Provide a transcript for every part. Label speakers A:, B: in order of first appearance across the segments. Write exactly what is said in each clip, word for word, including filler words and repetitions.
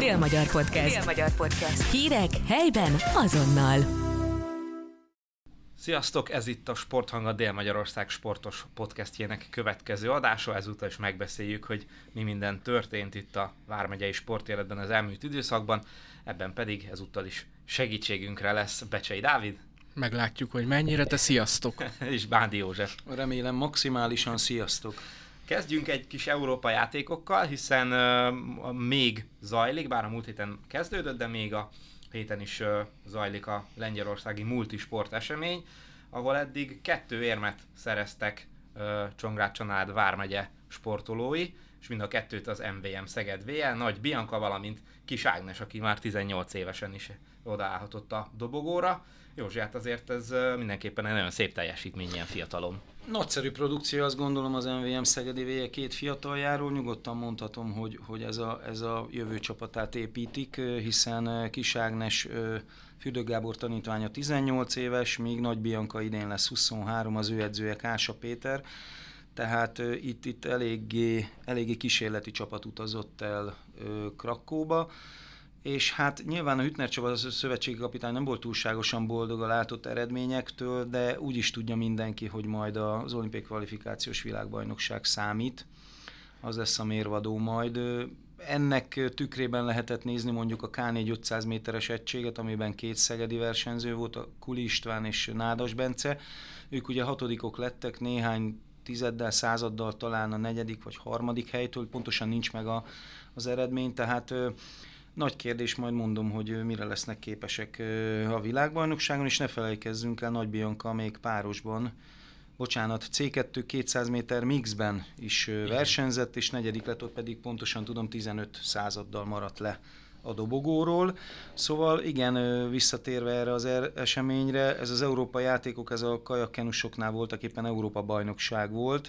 A: Dél-Magyar Podcast. Dél-Magyar Podcast. Hírek helyben azonnal.
B: Sziasztok, ez itt a Sporthang, a Dél-Magyarország sportos podcastjének következő adása. Ezúttal is megbeszéljük, hogy mi minden történt itt a vármegyei sportéletben az elmúlt időszakban. Ebben pedig ezúttal is segítségünkre lesz Becsei Dávid.
C: Meglátjuk, hogy mennyire, de sziasztok!
B: És Bándi József.
D: Remélem maximálisan sziasztok!
B: Kezdjünk egy kis Európa játékokkal, hiszen uh, még zajlik, bár a múlt héten kezdődött, de még a héten is uh, zajlik a lengyelországi multisport esemény, ahol eddig kettő érmet szereztek uh, Csongrád-Csanád vármegye sportolói, és mind a kettőt az em vé em Szeged vé el, Nagy Bianca, valamint Kis Ágnes, aki már tizennyolc évesen is odaállhatott a dobogóra. Józsi, hát azért ez uh, mindenképpen egy nagyon szép teljesítmény ilyen fiatalon.
D: Nagyszerű produkció, azt gondolom az em vé em Szegedi vé el két fiataljáról. Nyugodtan mondhatom, hogy, hogy ez, a, ez a jövő csapatát építik, hiszen Kis Ágnes, Fürdő Gábor tanítványa tizennyolc éves, míg Nagy Bianca idén lesz huszonhárom, az ő edzője Kása Péter. Tehát uh, itt, itt eléggé, eléggé kísérleti csapat utazott el uh, Krakóba. És hát nyilván a Hüttner Csaba szövetségi kapitány nem volt túlságosan boldog a látott eredményektől, de úgy is tudja mindenki, hogy majd az olimpiai kvalifikációs világbajnokság számít. Az lesz a mérvadó majd. Ennek tükrében lehetett nézni mondjuk a ká négy ötszáz méteres egységet, amiben két szegedi versenyző volt, a Kuli István és Nádas Bence. Ők ugye hatodikok lettek, néhány tizeddel, századdal talán a negyedik vagy harmadik helytől, pontosan nincs meg a, az eredmény, tehát nagy kérdés, majd mondom, hogy mire lesznek képesek a világbajnokságon, és ne felejtkezzünk el, Nagy Bianca még párosban, bocsánat, cé kettő kétszáz méter mixben is versenyzett, és negyedik lett, ott pedig pontosan tudom, tizenöt századdal maradt le a dobogóról. Szóval igen, visszatérve erre az eseményre, ez az Európa játékok, ez a kajakkenusoknál voltak éppen Európa bajnokság volt,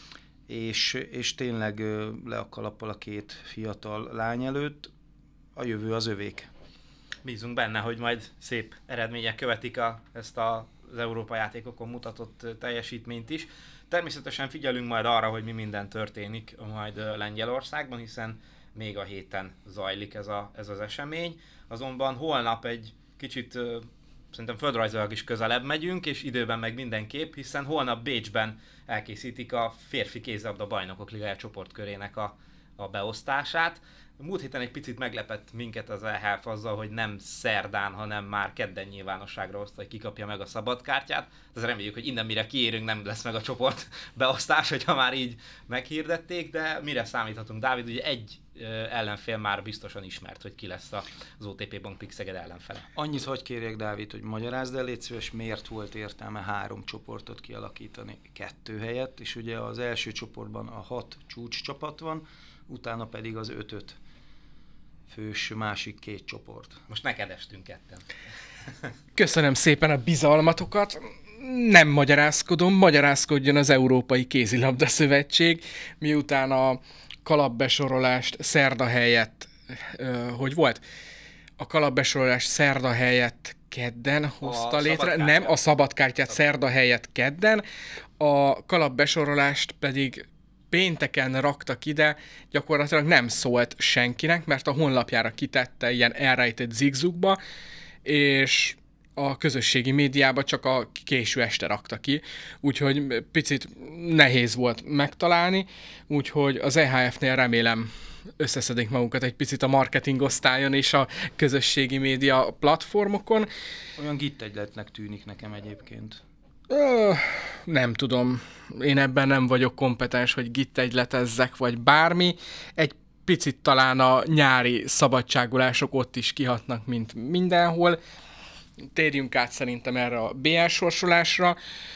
D: és, és tényleg le a kalappal a két fiatal lány előtt. A jövő az övék.
B: Bízunk benne, hogy majd szép eredmények követik a, ezt a, az Európa játékokon mutatott teljesítményt is. Természetesen figyelünk majd arra, hogy mi minden történik majd Lengyelországban, hiszen még a héten zajlik ez, a, ez az esemény. Azonban holnap egy kicsit szerintem földrajzilag is közelebb megyünk, és időben meg mindenképp, hiszen holnap Bécsben elkészítik a férfi kézilabda bajnokok ligája csoportkörének a, a beosztását. Múlt héten egy picit meglepett minket az e-health azzal, hogy nem szerdán, hanem már kedden nyilvánosságra hozta, hogy kikapja meg a szabadkártyát. Ez reméljük, hogy innen mire kiérünk, nem lesz meg a csoport beosztás, hogyha már így meghirdették, de mire számíthatunk? Dávid, ugye egy ellenfél már biztosan ismert, hogy ki lesz az o té pé Bank Pix Szeged ellenfele.
D: Annyit hagy kérjek, Dávid, hogy magyarázd el, légy szíves, miért volt értelme három csoportot kialakítani kettő helyett, és ugye az első csoportban a hat csúcscsapat van, utána pedig az ötöt fős másik két csoport.
B: Most neked estünk ketten.
C: Köszönöm szépen a bizalmatokat. Nem magyarázkodom, magyarázkodjon az Európai Kézilabda Szövetség, miután a kalapbesorolást szerda helyett, uh, hogy volt? A kalapbesorolást szerda helyett kedden hozta a létre, nem, a szabadkártyát szerda helyett kedden, a kalapbesorolást pedig pénteken raktak ide, gyakorlatilag nem szólt senkinek, mert a honlapjára kitette ilyen elrejtett zigzugba, és a közösségi médiába csak a késő este rakta ki, úgyhogy picit nehéz volt megtalálni, úgyhogy az e há ef-nél remélem összeszedik magukat egy picit a marketing osztályon és a közösségi média platformokon.
D: Olyan gittegyletnek tűnik nekem egyébként.
C: Ö, nem tudom, én ebben nem vagyok kompetens, hogy gittegyletezzek, vagy bármi. Egy picit talán a nyári szabadságolások ott is kihatnak, mint mindenhol. Térjünk át szerintem erre a bé el sorsolásra.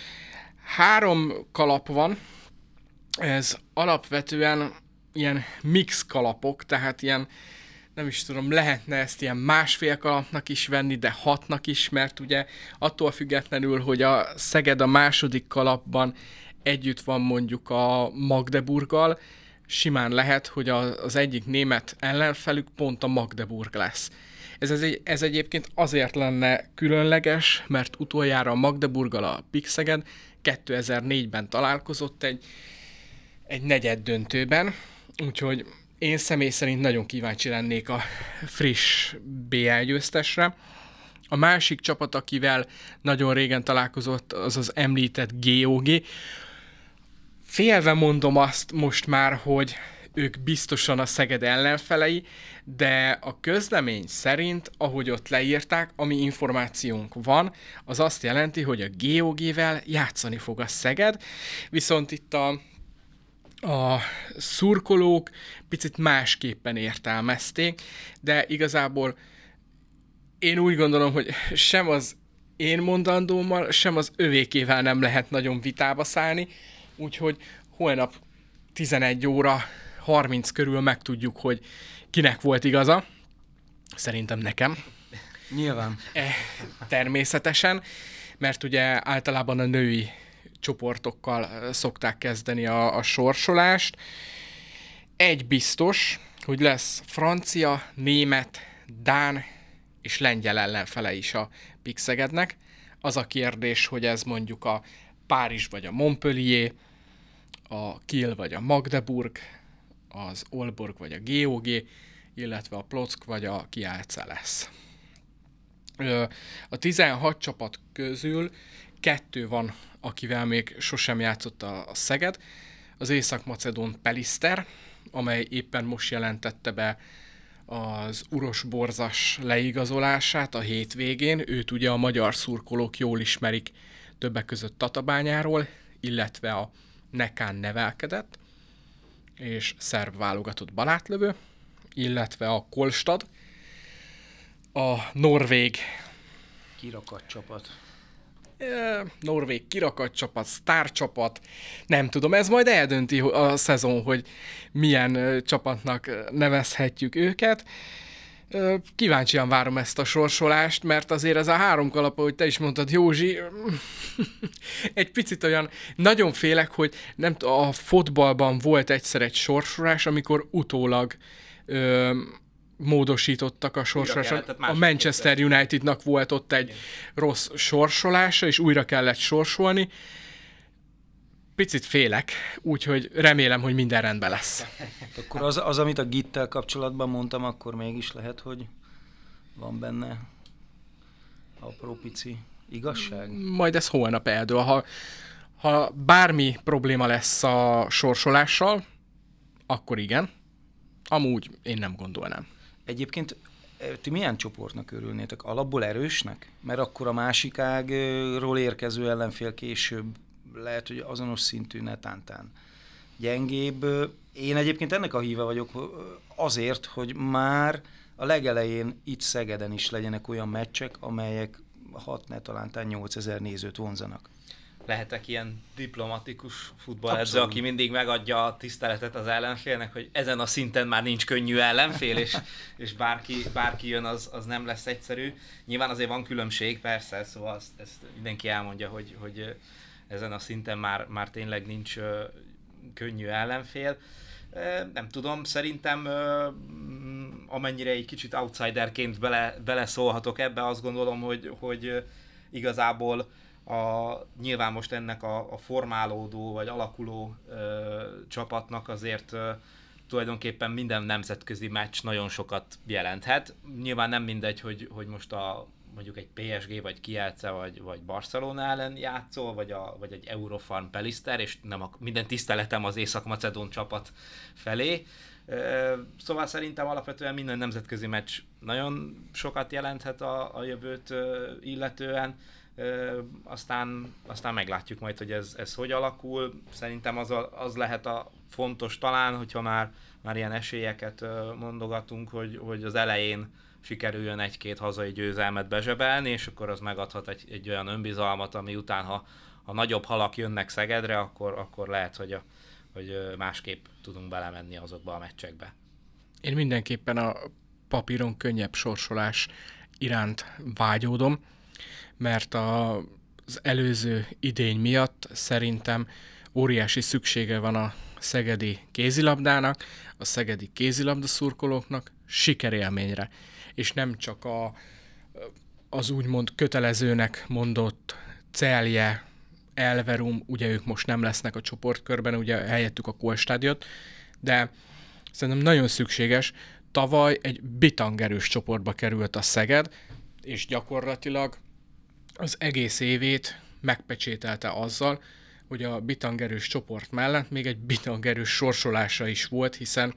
C: Három kalap van, ez alapvetően ilyen mix kalapok, tehát ilyen, nem is tudom, lehetne ezt ilyen másfél kalapnak is venni, de hatnak is, mert ugye attól függetlenül, hogy a Szeged a második kalapban együtt van mondjuk a Magdeburggal, simán lehet, hogy az egyik német ellenfelük pont a Magdeburg lesz. Ez, ez, egy, ez egyébként azért lenne különleges, mert utoljára a Magdeburggal a Pix Szeged kétezer-négyben találkozott egy, egy negyed döntőben, úgyhogy én személy szerint nagyon kíváncsi lennék a friss bé el győztesre. A másik csapat, akivel nagyon régen találkozott, az az említett gé o gé. Félve mondom azt most már, hogy ők biztosan a Szeged ellenfelei, de a közlemény szerint, ahogy ott leírták, ami információnk van, az azt jelenti, hogy a gé o gével játszani fog a Szeged, viszont itt a, a szurkolók picit másképpen értelmezték, de igazából én úgy gondolom, hogy sem az én mondandómmal, sem az övékével nem lehet nagyon vitába szállni, úgyhogy holnap tizenegy óra harminc körül megtudjuk, hogy kinek volt igaza. Szerintem nekem.
D: Nyilván.
C: E, természetesen, mert ugye általában a női csoportokkal szokták kezdeni a, a sorsolást. Egy biztos, hogy lesz francia, német, dán és lengyel ellenfele is a Pixegednek. Az a kérdés, hogy ez mondjuk a Párizs vagy a Montpellier, a Kiel vagy a Magdeburg, az Aalborg vagy a gé o gé, illetve a Plock vagy a Kielce lesz. A tizenhat csapat közül kettő van, akivel még sosem játszott a Szeged. Az észak-macedón Peliszter, amely éppen most jelentette be az Uros-Borzas leigazolását a hétvégén. Őt ugye a magyar szurkolók jól ismerik, többek között Tatabányáról, illetve a Nekán nevelkedett, és szerb válogatott balátlövő, illetve a Kolstad, a norvég
D: Kirakat csapat.
C: E, norvég kirakat csapat, sztárcsapat, nem tudom, ez majd eldönti a szezon, hogy milyen csapatnak nevezhetjük őket. Kíváncsian várom ezt a sorsolást, mert azért ez a három kalap, ahogy te is mondtad, Józsi, egy picit olyan, nagyon félek, hogy nem t- a fotballban volt egyszer egy sorsolás, amikor utólag ö, módosítottak a sorsoláson. A Manchester Unitednak volt ott egy igen. rossz sorsolása, és újra kellett sorsolni. Picit félek, úgyhogy remélem, hogy minden rendben lesz.
D: Akkor az, az, amit a Gittel kapcsolatban mondtam, akkor mégis lehet, hogy van benne apró pici igazság?
C: Majd ez holnap eldől. Ha, ha bármi probléma lesz a sorsolással, akkor igen. Amúgy én nem gondolnám.
D: Egyébként ti milyen csoportnak örülnétek? Alapból erősnek? Mert akkor a másik ágról érkező ellenfél később lehet, hogy azonos szintű netántán gyengébb. Én egyébként ennek a híve vagyok azért, hogy már a legelején itt Szegeden is legyenek olyan meccsek, amelyek hat, ne talántán nyolcezer nézőt vonzanak.
B: Lehetek ilyen diplomatikus futballedző, aki mindig megadja a tiszteletet az ellenfélnek, hogy ezen a szinten már nincs könnyű ellenfél, és, és bárki, bárki jön, az, az nem lesz egyszerű. Nyilván azért van különbség, persze, szóval ezt, ezt mindenki elmondja, hogy, hogy ezen a szinten már, már tényleg nincs uh, könnyű ellenfél. Uh, nem tudom, szerintem uh, amennyire egy kicsit outsiderként bele, beleszólhatok ebbe, azt gondolom, hogy, hogy uh, igazából a, nyilván most ennek a, a formálódó vagy alakuló uh, csapatnak azért uh, tulajdonképpen minden nemzetközi meccs nagyon sokat jelenthet. Nyilván nem mindegy, hogy, hogy most a mondjuk egy pé es gé, vagy Kielce, vagy, vagy Barcelona ellen játszol, vagy, a, vagy egy Eurofarm Peliszter, és nem a, minden tiszteletem az észak-macedón csapat felé. Szóval szerintem alapvetően minden nemzetközi meccs nagyon sokat jelenthet a, a jövőt illetően. Aztán, aztán meglátjuk majd, hogy ez, ez hogy alakul. Szerintem az, a, az lehet a fontos talán, hogyha már, már ilyen esélyeket mondogatunk, hogy, hogy az elején sikerüljön egy-két hazai győzelmet bezsebelni, és akkor az megadhat egy, egy olyan önbizalmat, ami után, ha, ha nagyobb halak jönnek Szegedre, akkor, akkor lehet, hogy, a, hogy másképp tudunk belemenni azokba a meccsekbe.
C: Én mindenképpen a papíron könnyebb sorsolás iránt vágyódom, mert a, az előző idény miatt szerintem óriási szüksége van a szegedi kézilabdának, a szegedi kézilabda szurkolóknak sikerélményre. És nem csak a, az úgymond kötelezőnek mondott Celje, Elverum, ugye ők most nem lesznek a csoportkörben, ugye helyettük a Kolstad jött, de Szerintem nagyon szükséges. Tavaly egy bitangerős csoportba került a Szeged, és gyakorlatilag az egész évét megpecsételte azzal, hogy a bitangerős csoport mellett még egy bitangerős sorsolása is volt, hiszen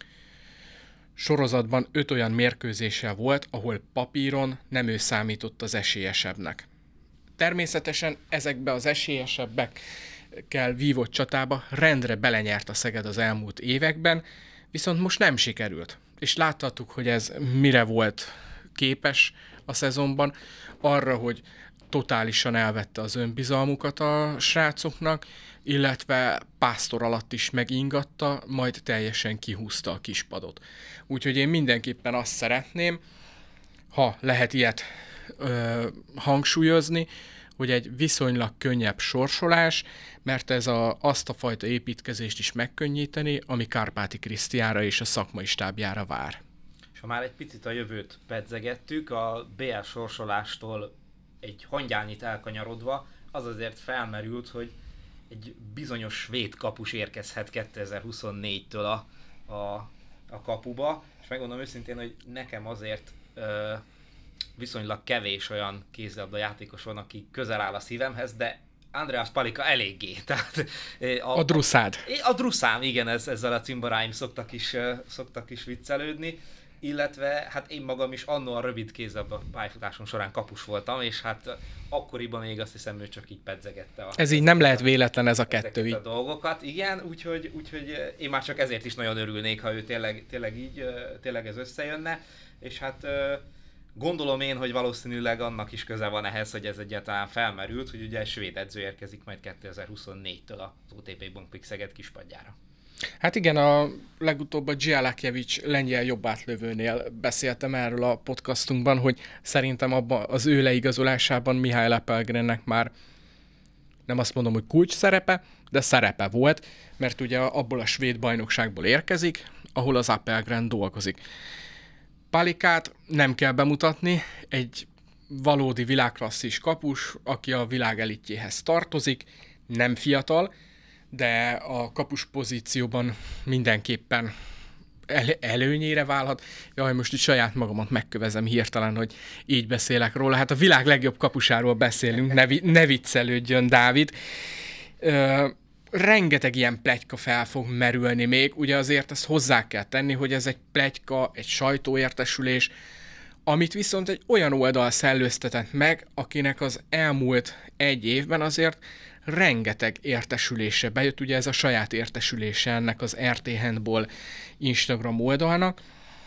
C: sorozatban öt olyan mérkőzéssel volt, ahol papíron nem ő számított az esélyesebbnek. Természetesen ezekbe az esélyesebbekkel vívott csatába rendre belenyert a Szeged az elmúlt években, viszont most nem sikerült. És láthattuk, hogy ez mire volt képes a szezonban, arra, hogy totálisan elvette az önbizalmukat a srácoknak, illetve pásztor alatt is megingatta, majd teljesen kihúzta a kispadot. Úgyhogy én mindenképpen azt szeretném, ha lehet ilyet ö, hangsúlyozni, hogy egy viszonylag könnyebb sorsolás, mert ez a, azt a fajta építkezést is megkönnyíteni, ami Kárpáti Krisztiánra és a szakmai stábjára vár.
B: És ha már egy picit a jövőt pedzegettük, a bé el sorsolástól egy hangyányit elkanyarodva, az azért felmerült, hogy egy bizonyos svéd kapus érkezhet kétezer-huszonnégytől a, a, a kapuba, és megmondom őszintén, hogy nekem azért ö, viszonylag kevés olyan kézilabda játékos van, aki közel áll a szívemhez, de Andreas Palika eléggé. Tehát,
C: a, a druszád.
B: A, a druszám, igen, ez, ezzel a cimboráim szoktak is, szoktak is viccelődni. Illetve hát én magam is annó a rövid kézilabda pályafutásom során kapus voltam, és hát akkoriban még azt hiszem, ő csak így pedzegette. A,
C: ez így nem lehet véletlen ez a kettő így.
B: A dolgokat, igen, úgyhogy, úgyhogy én már csak ezért is nagyon örülnék, ha ő tényleg, tényleg így, tényleg ez összejönne, és hát gondolom én, hogy valószínűleg annak is köze van ehhez, hogy ez egyáltalán felmerült, hogy ugye egy svéd edző érkezik majd kétezer-huszonnégytől az o té pé Bonkpik Szeged kispadjára.
C: Hát igen, a legutóbb a Dzsiálakjevics lengyel jobbátlövőnél beszéltem erről a podcastunkban, hogy szerintem abban az ő leigazolásában Mihály Lepelgrennek már nem azt mondom, hogy kulcs szerepe, de szerepe volt, mert ugye abból a svéd bajnokságból érkezik, ahol az Apelgren dolgozik. Palikát nem kell bemutatni, egy valódi világklasszis kapus, aki a világ elitjéhez tartozik, nem fiatal, de a kapus pozícióban mindenképpen el- előnyére válhat. Jaj, most itt saját magamat megkövezem hirtelen, hogy így beszélek róla. Hát a világ legjobb kapusáról beszélünk, ne, vi- ne viccelődjön, Dávid. Ö, rengeteg ilyen pletyka fel fog merülni még. Ugye azért ezt hozzá kell tenni, hogy ez egy pletyka, egy sajtóértesülés, amit viszont egy olyan oldal szellőztetett meg, akinek az elmúlt egy évben azért rengeteg értesülése bejött, ugye ez a saját értesülése ennek az er té Handball Instagram oldalnak,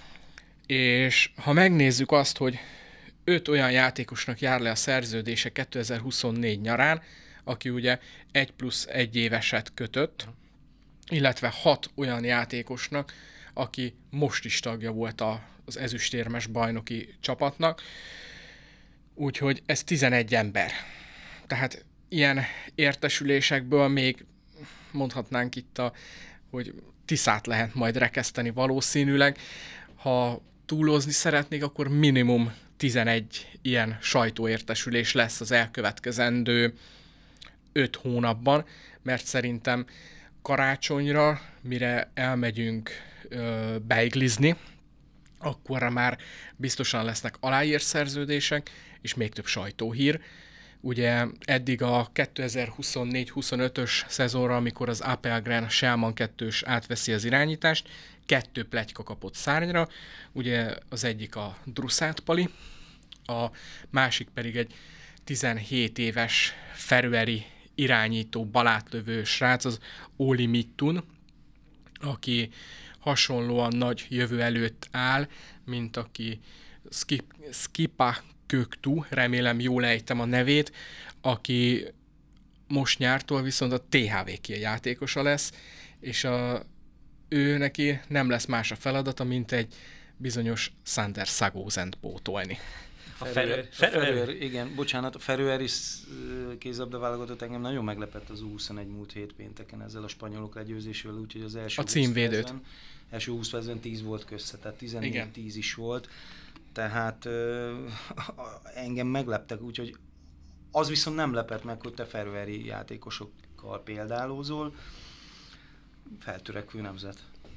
C: és ha megnézzük azt, hogy öt olyan játékosnak jár le a szerződése kétezer-huszonnégy nyarán, aki ugye egy plusz egy éveset kötött, illetve hat olyan játékosnak, aki most is tagja volt a, az ezüstérmes bajnoki csapatnak, úgyhogy ez tizenegy ember. Tehát ilyen értesülésekből még mondhatnánk itt, a, hogy Tiszát lehet majd rekeszteni valószínűleg. Ha túlozni szeretnék, akkor minimum tizenegy ilyen sajtóértesülés lesz az elkövetkezendő öt hónapban, mert szerintem karácsonyra, mire elmegyünk ö, beiglizni, akkorra már biztosan lesznek aláírt szerződések, és még több sajtóhír. Ugye eddig a kétezer-huszonnégy huszonötös szezonra, amikor az Apelgren Selman kettős átveszi az irányítást, kettő pletyka kapott szárnyra, ugye az egyik a Druszát Pali, a másik pedig egy tizenhét éves feröeri irányító balátlövő srác, az Óli Mittun, aki hasonlóan nagy jövő előtt áll, mint aki Skip, Skipa Köktu, remélem jól ejtem a nevét, aki most nyártól viszont a té há vé Kiel játékosa lesz, és a, ő neki nem lesz más a feladata, mint egy bizonyos Sander Szagózent pótolni.
D: A Ferőer, Ferőer, igen, bocsánat, a Ferőer is kézilabda válogatott, engem nagyon meglepett az U huszonegy múlt hét pénteken ezzel a spanyolok legyőzésével, úgyhogy az első
C: a címvédőt.
D: húsz percben, első húsz percben tíz volt közte, tehát tizennégy tíz is volt, tehát ö, engem megleptek, úgyhogy az viszont nem lepett meg, hogy te ferőeri játékosokkal példálózol, feltörekvő nemzet.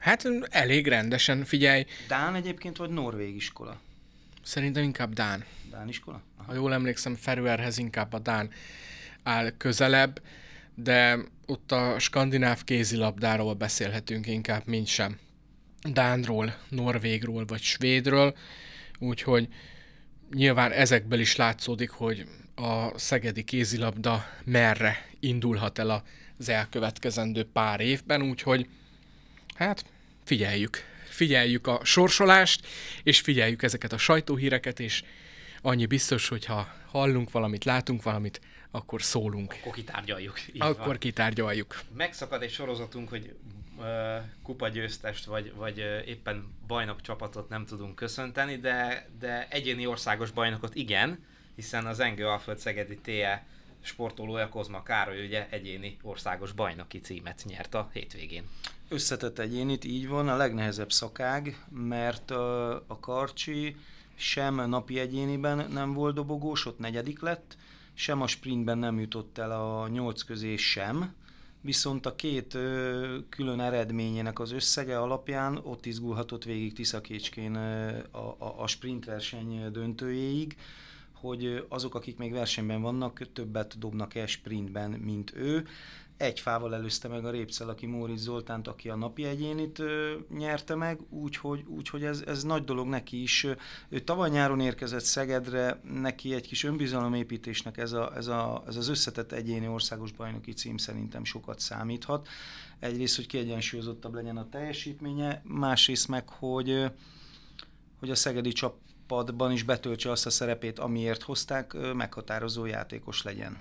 C: Hát elég rendesen, figyelj.
D: Dán egyébként, vagy norvég iskola?
C: Szerintem inkább Dán.
D: Dán iskola? Aha.
C: Ha jól emlékszem, Ferőerhez inkább a Dán áll közelebb, de ott a skandináv kézilabdáról beszélhetünk inkább, mint sem Dánról, Norvégról vagy Svédről, úgyhogy nyilván ezekből is látszódik, hogy a szegedi kézilabda merre indulhat el az elkövetkezendő pár évben, úgyhogy hát figyeljük. Figyeljük a sorsolást, és figyeljük ezeket a sajtóhíreket, és annyi biztos, hogy ha hallunk valamit, látunk valamit, akkor szólunk.
B: Akkor kitárgyaljuk.
C: Akkor
B: van.
C: kitárgyaljuk.
B: Megszakad egy sorozatunk, hogy uh, kupagyőztest, vagy, vagy uh, éppen bajnok csapatot nem tudunk köszönteni, de, de egyéni országos bajnokot igen, hiszen az Engő Alföld Szegedi té e sportolója Kozma Károly ugye egyéni országos bajnoki címet nyert a hétvégén.
D: Összetett egyénit, így van, a legnehezebb szakág, mert a, a Karcsi sem napi egyéniben nem volt dobogós, ott negyedik lett, sem a sprintben nem jutott el a nyolc közé sem, viszont a két ö, külön eredményének az összege alapján ott izgulhatott végig Tiszakécskén ö, a, a, a sprintverseny döntőjéig, hogy azok, akik még versenyben vannak, többet dobnak-e sprintben, mint ő. Egy fával előzte meg a Répcelaki Móricz Zoltánt, aki a napi egyénit ö, nyerte meg, úgyhogy úgy, ez, ez nagy dolog neki is. Ő tavaly nyáron érkezett Szegedre, neki egy kis önbizalomépítésnek ez, a, ez, a, ez az összetett egyéni országos bajnoki cím szerintem sokat számíthat. Egyrészt, hogy kiegyensúlyozottabb legyen a teljesítménye, másrészt meg, hogy, hogy a szegedi csapatban is betöltse azt a szerepét, amiért hozták, meghatározó játékos legyen.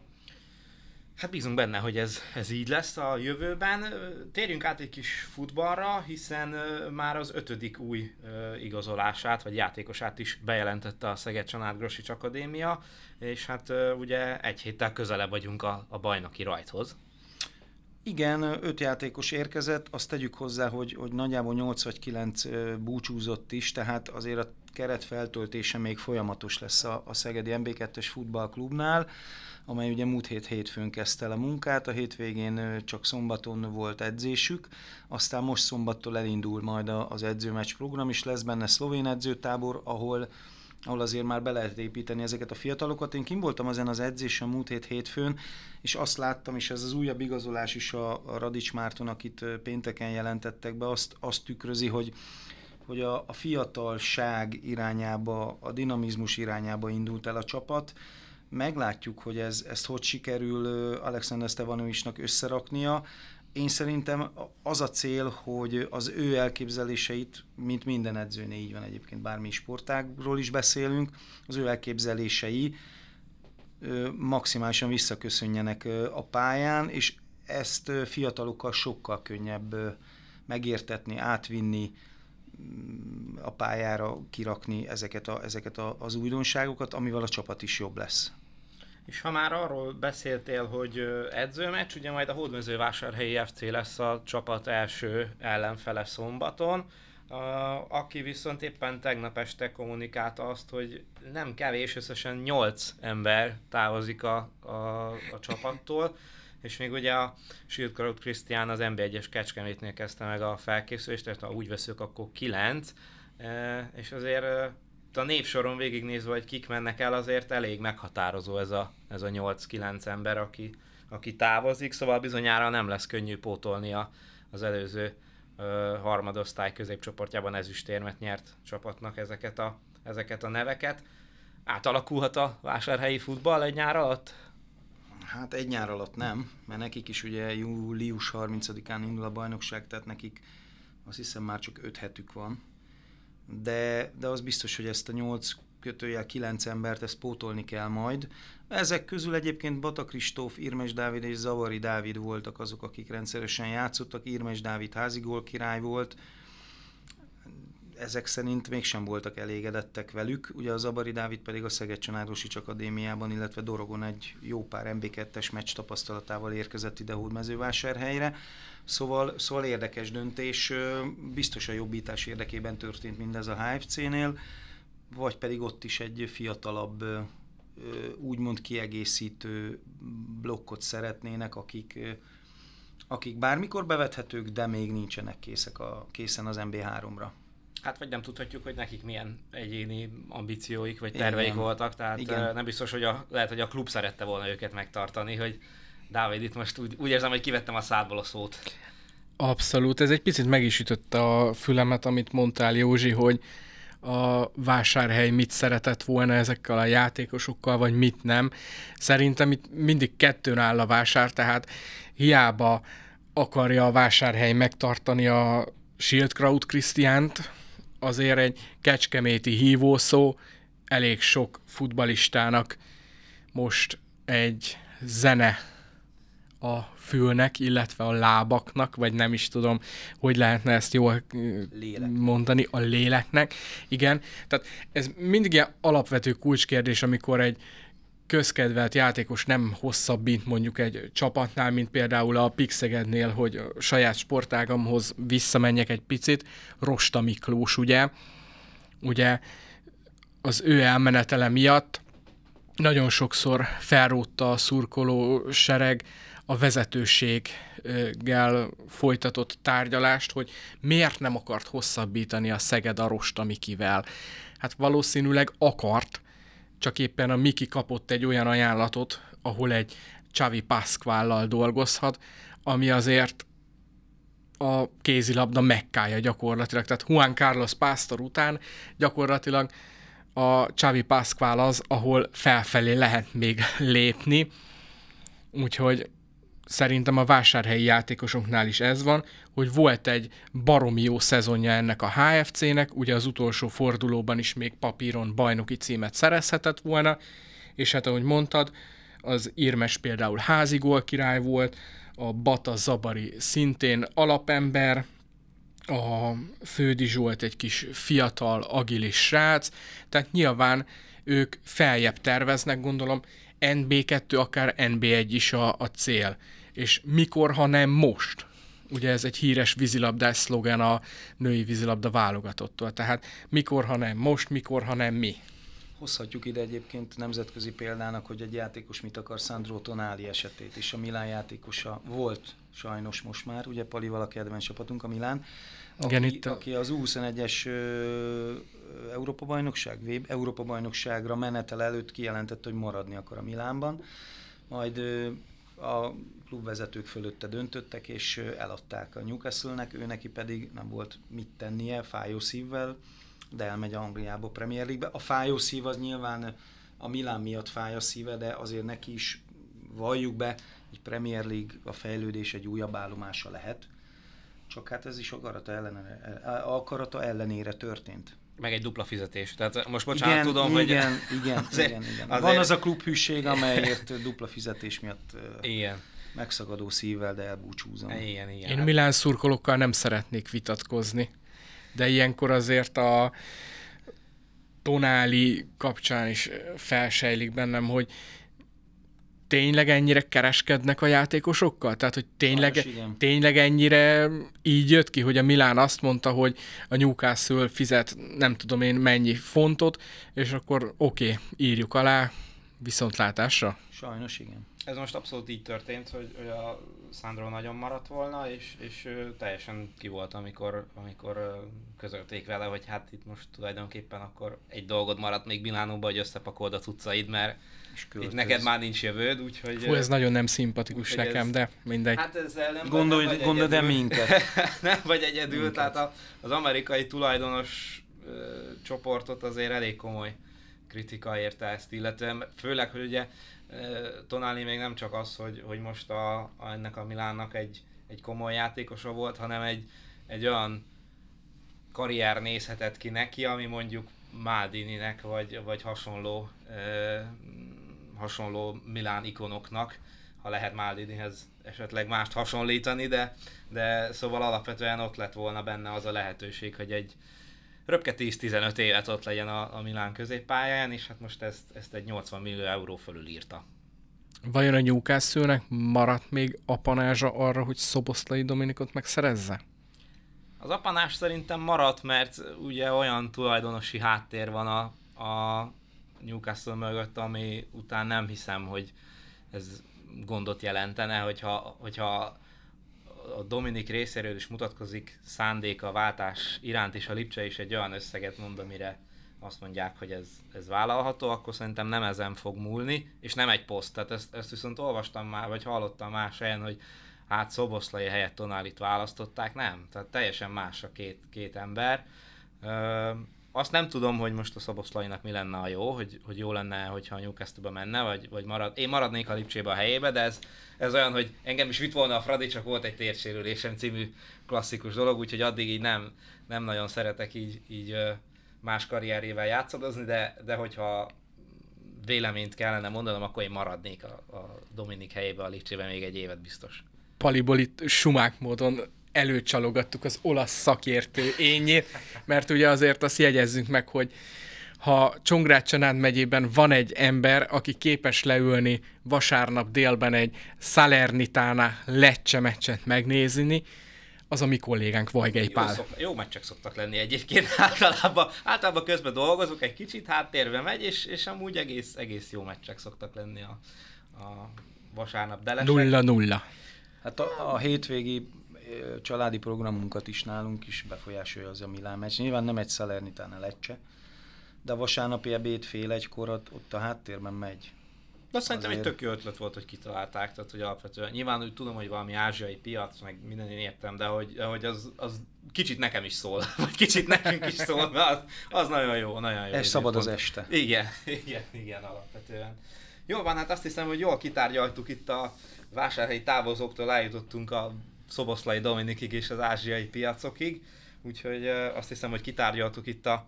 B: Hát bízunk benne, hogy ez, ez így lesz a jövőben. Térjünk át egy kis futballra, hiszen már az ötödik új igazolását, vagy játékosát is bejelentette a Szeged Csanád Grosics Akadémia, és hát ugye egy héttel közelebb vagyunk a, a bajnoki rajthoz.
D: Igen, öt játékos érkezett, azt tegyük hozzá, hogy, hogy nagyjából nyolc vagy kilenc búcsúzott is, tehát azért a keret feltöltése még folyamatos lesz a, a Szegedi em bé kettes futballklubnál, amely ugye múlt hét hétfőn kezdte el a munkát, a hétvégén csak szombaton volt edzésük, aztán most szombattól elindul majd az edzőmeccs program, és lesz benne szlovén edzőtábor, ahol, ahol azért már be lehet építeni ezeket a fiatalokat. Én kim voltam ezen az edzésen múlt hét hétfőn, és azt láttam, és ez az újabb igazolás is a, a Radics Márton, akit pénteken jelentettek be, azt, azt tükrözi, hogy hogy a, a fiatalság irányába, a dinamizmus irányába indult el a csapat. Meglátjuk, hogy ez, ezt hogy sikerül Alexander Stevanovicsnak összeraknia. Én szerintem az a cél, hogy az ő elképzeléseit, mint minden edzőnél, így van egyébként, bármi sportágról is beszélünk, az ő elképzelései maximálisan visszaköszönjenek a pályán, és ezt fiatalokkal sokkal könnyebb megértetni, átvinni, a pályára kirakni ezeket, a, ezeket a, az újdonságokat, amivel a csapat is jobb lesz.
B: És ha már arról beszéltél, hogy edzőmeccs, ugye majd a Hódmezővásárhelyi ef cé lesz a csapat első ellenfele szombaton, aki viszont éppen tegnap este kommunikálta azt, hogy nem kevés, összesen nyolc ember távozik a, a, a csapattól, és még ugye a Schildkraut Krisztián az em bé egyes Kecskemétnél kezdte meg a felkészülést, tehát ha úgy veszük, akkor kilenc, és azért a névsoron végignézve, hogy kik mennek el, azért elég meghatározó ez a, ez a nyolc-kilenc ember, aki, aki távozik, szóval bizonyára nem lesz könnyű pótolni a, az előző ö, harmadosztály középcsoportjában ezüstérmet nyert csapatnak ezeket a, ezeket a neveket. Átalakulhat a vásárhelyi futball egy nyár alatt?
D: Hát egy nyár alatt nem, mert nekik is ugye július harmincadikán indul a bajnokság, tehát nekik azt hiszem már csak öt hetük van. De, de az biztos, hogy ezt a nyolc kötőjel kilenc embert, ezt pótolni kell majd. Ezek közül egyébként Bata Kristóf, Irmes Dávid és Zavari Dávid voltak azok, akik rendszeresen játszottak. Irmes Dávid házigól király volt. Ezek szerint mégsem voltak elégedettek velük. Ugye a Zabari Dávid pedig a Szeged Csanád Grosics Akadémiában, illetve Dorogon egy jó pár em bé kettes meccs tapasztalatával érkezett ide Hódmezővásárhelyre. Szóval, szóval érdekes döntés, biztos a jobbítás érdekében történt mindez a há ef cé-nél, vagy pedig ott is egy fiatalabb, úgymond kiegészítő blokkot szeretnének, akik, akik bármikor bevethetők, de még nincsenek készek a, készen az en bé háromra.
B: Hát vagy nem tudhatjuk, hogy nekik milyen egyéni ambícióik vagy terveik Igen. voltak, tehát Igen. nem biztos, hogy a, lehet, hogy a klub szerette volna őket megtartani, hogy Dávid, itt most úgy, úgy érzem, hogy kivettem a szádból a szót.
C: Abszolút, ez egy picit meg is ütötte a fülemet, amit mondtál, Józsi, hogy a Vásárhely mit szeretett volna ezekkel a játékosokkal, vagy mit nem. Szerintem itt mindig kettőn áll a Vásár, tehát hiába akarja a Vásárhely megtartani a Schildkraut Krisztiánt, azért egy kecskeméti hívószó elég sok futballistának most egy zene a fülnek, illetve a lábaknak, vagy nem is tudom, hogy lehetne ezt jól Lélek. mondani, a léleknek. Igen, tehát ez mindig ilyen alapvető kulcskérdés, amikor egy közkedvelt játékos nem hosszabbít mondjuk egy csapatnál, mint például a Pixegednél, hogy a saját sportágamhoz visszamenjek egy picit. Rosta Miklós, ugye, ugye az ő elmenetele miatt nagyon sokszor felrótta a szurkoló sereg a vezetőséggel folytatott tárgyalást, hogy miért nem akart hosszabbítani a Szeged a Rosta Mikivel. Hát valószínűleg akart, csak éppen a Miki kapott egy olyan ajánlatot, ahol egy Xavi Pascuallal dolgozhat, ami azért a kézilabda mekkája gyakorlatilag. Tehát Juan Carlos Pastor után gyakorlatilag a Xavi Pascual az, ahol felfelé lehet még lépni. Úgyhogy szerintem a vásárhelyi játékosoknál is ez van, hogy volt egy baromi jó szezonja ennek a há ef cének, ugye az utolsó fordulóban is még papíron bajnoki címet szerezhetett volna, és hát ahogy mondtad, az Irmes például házigól király volt, a Bata Zabari szintén alapember, a Fődi Zsolt egy kis fiatal, agilis srác, tehát nyilván ők feljebb terveznek, gondolom, en bé kettő, akár en bé egy is a, a cél. És mikor, ha nem most? Ugye ez egy híres vízilabdás szlogen a női vízilabda válogatottól. Tehát mikor, ha nem most, mikor, ha nem mi?
D: Hozhatjuk ide egyébként nemzetközi példának, hogy egy játékos mit akar, Sandro Tonali esetét is. A Milán játékosa volt sajnos most már, ugye Palival a kedvenc csapatunk, a Milán, aki, Igen, itt a... aki az U huszonegyes Európa-bajnokság, Európa-bajnokságra menetel előtt kijelentette, hogy maradni akar a Milánban. Majd ö, a klubvezetők fölötte döntöttek, és eladták a Newcastle-nek, ő neki pedig nem volt mit tennie, fájó szívvel, de elmegy Angliába, Premier League-be. A fájó szív az nyilván a Milán miatt fáj a szíve, de azért neki is, valljuk be, egy Premier League, a fejlődés egy újabb állomása lehet. Csak hát ez is akarata ellenére, akarata ellenére történt.
B: Meg egy dupla fizetés. Tehát most bocsánat, igen,
D: igen,
B: tudom, hogy...
D: Igen, igen, azért, igen, igen. Azért... Van az a klubhűség, amelyért dupla fizetés miatt igen. megszakadó szívvel, de elbúcsúzom.
B: Igen, igen.
C: Én Milán szurkolókkal nem szeretnék vitatkozni, de ilyenkor azért a Tonali kapcsán is felsejlik bennem, hogy tényleg ennyire kereskednek a játékosokkal? Tehát, hogy tényleg, Sajnos, tényleg ennyire így jött ki, hogy a Milán azt mondta, hogy a Newcastle fizet nem tudom én mennyi fontot, és akkor oké, okay, írjuk alá, viszontlátásra?
D: Sajnos igen.
B: Ez most abszolút így történt, hogy, hogy a Sandro nagyon maradt volna, és, és teljesen ki volt, amikor, amikor közölték vele, hogy hát itt most tulajdonképpen akkor egy dolgod maradt még Milánóban, hogy összepakold a cuccaid, mert itt neked már nincs jövőd, úgyhogy...
C: Fú, ez nagyon nem szimpatikus nekem, ez, de mindegy.
B: Hát ezzel nem
D: Gondolj,
B: vagy
D: gondolj de minket.
B: Nem vagy egyedül, minket. Tehát a, az amerikai tulajdonos ö, csoportot azért elég komoly kritika érte ezt, illetve főleg, hogy ugye Tonali még nem csak az, hogy, hogy most a, a, ennek a Milánnak egy, egy komoly játékosa volt, hanem egy, egy olyan karrier nézhetett ki neki, ami mondjuk Maldininek vagy, vagy hasonló, eh, hasonló Milán ikonoknak, ha lehet Maldinihez esetleg mást hasonlítani, de, de szóval alapvetően ott lett volna benne az a lehetőség, hogy egy röpke tíz-tizenöt évet ott legyen a, a Milán középpályán, és hát most ezt, ezt egy nyolcvan millió euró fölül írta.
C: Vajon a Newcastle-nek maradt még apanázsa arra, hogy Szoboszlai Dominikot megszerezze?
B: Az apanás szerintem maradt, mert ugye olyan tulajdonosi háttér van a, a Newcastle mögött, ami után nem hiszem, hogy ez gondot jelentene, hogyha, hogyha a Dominik részéről is mutatkozik szándék a váltás iránt, és a Lipcse is egy olyan összeget mond, amire azt mondják, hogy ez, ez vállalható, akkor szerintem nem ezen fog múlni, és nem egy poszt. Tehát ezt, ezt viszont olvastam már, vagy hallottam más helyen, hogy hát Szoboszlai helyett Tonálit választották, nem. Tehát teljesen más a két, két ember. Ö, azt nem tudom, hogy most a Szoboszlainak mi lenne a jó, hogy, hogy jó lenne, hogyha a Newcastle-be menne, vagy, vagy marad. Én maradnék a Lipcsébe a helyébe, de ez, ez olyan, hogy engem is vitt volna a Fradi, csak volt egy térsérülésem című klasszikus dolog, úgyhogy addig így nem, nem nagyon szeretek így, így más karrierével játszadozni, de, de hogyha véleményt kellene mondanom, akkor én maradnék a, a Dominik helyébe a Lipcsében még egy évet biztos.
C: Paliból itt sumák módon előcsalogattuk az olasz szakértő ényét, mert ugye azért azt jegyezzünk meg, hogy ha Csongrád-Csanád megyében van egy ember, aki képes leülni vasárnap délben egy Salernitana Lecce meccset megnézni, az a mi kollégánk, Vajgely Pál.
B: Jó, szok, jó meccsek szoktak lenni egyébként, általában, általában közben dolgozok, egy kicsit háttérbe megy, és, és amúgy egész, egész jó meccsek szoktak lenni a, a vasárnap delesek.
C: Nulla nulla.
D: Hát a, a hétvégi családi programunkat is nálunk is befolyásolja az a Milán meccs. Nyilván nem egy Salernitana Lecce, de a vasárnapi ebéd fél egykor ott, ott a háttérben megy.
B: De szerintem
D: Azért...
B: egy tök jó ötlet volt, hogy kitalálták, tehát hogy alapvetően nyilván úgy tudom, hogy valami ázsiai piac, meg minden én értem, de hogy, de hogy az, az kicsit nekem is szól, vagy kicsit nekünk is szól, mert az, az nagyon jó, nagyon jó.
D: Ez szabad az este.
B: Igen, igen, igen, alapvetően. Jó van, hát azt hiszem, hogy jól kitárgyaltuk itt a vásárhelyi távozóktól, eljutottunk a Szoboszlai Dominikig és az ázsiai piacokig, úgyhogy azt hiszem, hogy kitárgyaltuk itt a,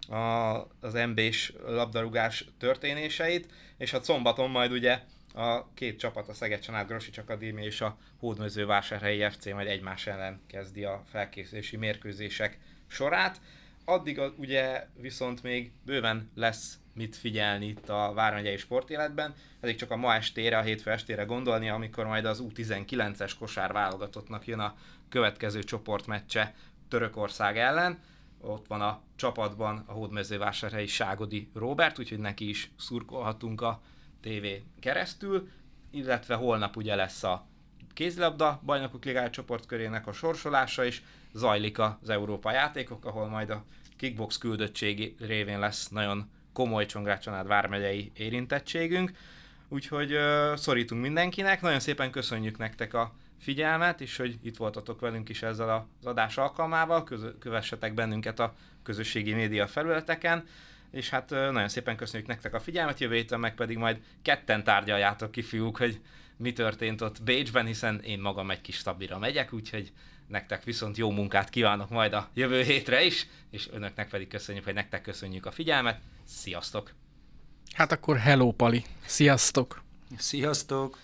B: a, az en bé-s labdarúgás történéseit, és hát szombaton majd ugye a két csapat, a Szeged-Csanád Grosics Akadémia és a Hódmezővásárhelyi ef cé majd egymás ellen kezdi a felkészülési mérkőzések sorát. Addig a, ugye viszont még bőven lesz mit figyelni itt a vármegyei sportéletben, eddig csak a ma estére, a hétfő estére gondolni, amikor majd az U tizenkilences kosár válogatottnak jön a következő csoportmeccse Törökország ellen. Ott van a csapatban a hódmezővásárhelyi Ságodi Róbert, úgyhogy neki is szurkolhatunk a tévé keresztül, illetve holnap ugye lesz a kézilabda bajnokok ligája csoportkörének a sorsolása is, zajlik az Európa játékok, ahol majd a kickbox küldöttség révén lesz nagyon komoly Csongrád-Csanád vármegyei érintettségünk, úgyhogy uh, szorítunk mindenkinek, nagyon szépen köszönjük nektek a figyelmet, és hogy itt voltatok velünk is ezzel az adás alkalmával, Közö- kövessetek bennünket a közösségi média felületeken, és hát uh, nagyon szépen köszönjük nektek a figyelmet, jövő héten meg pedig majd ketten tárgyaljátok ki, fiúk, hogy mi történt ott Bécsben, hiszen én magam egy kis szabira megyek, úgyhogy nektek viszont jó munkát kívánok majd a jövő hétre is, és önöknek pedig köszönjük, hogy nektek köszönjük a figyelmet. Sziasztok!
C: Hát akkor hello, Pali! Sziasztok!
D: Sziasztok!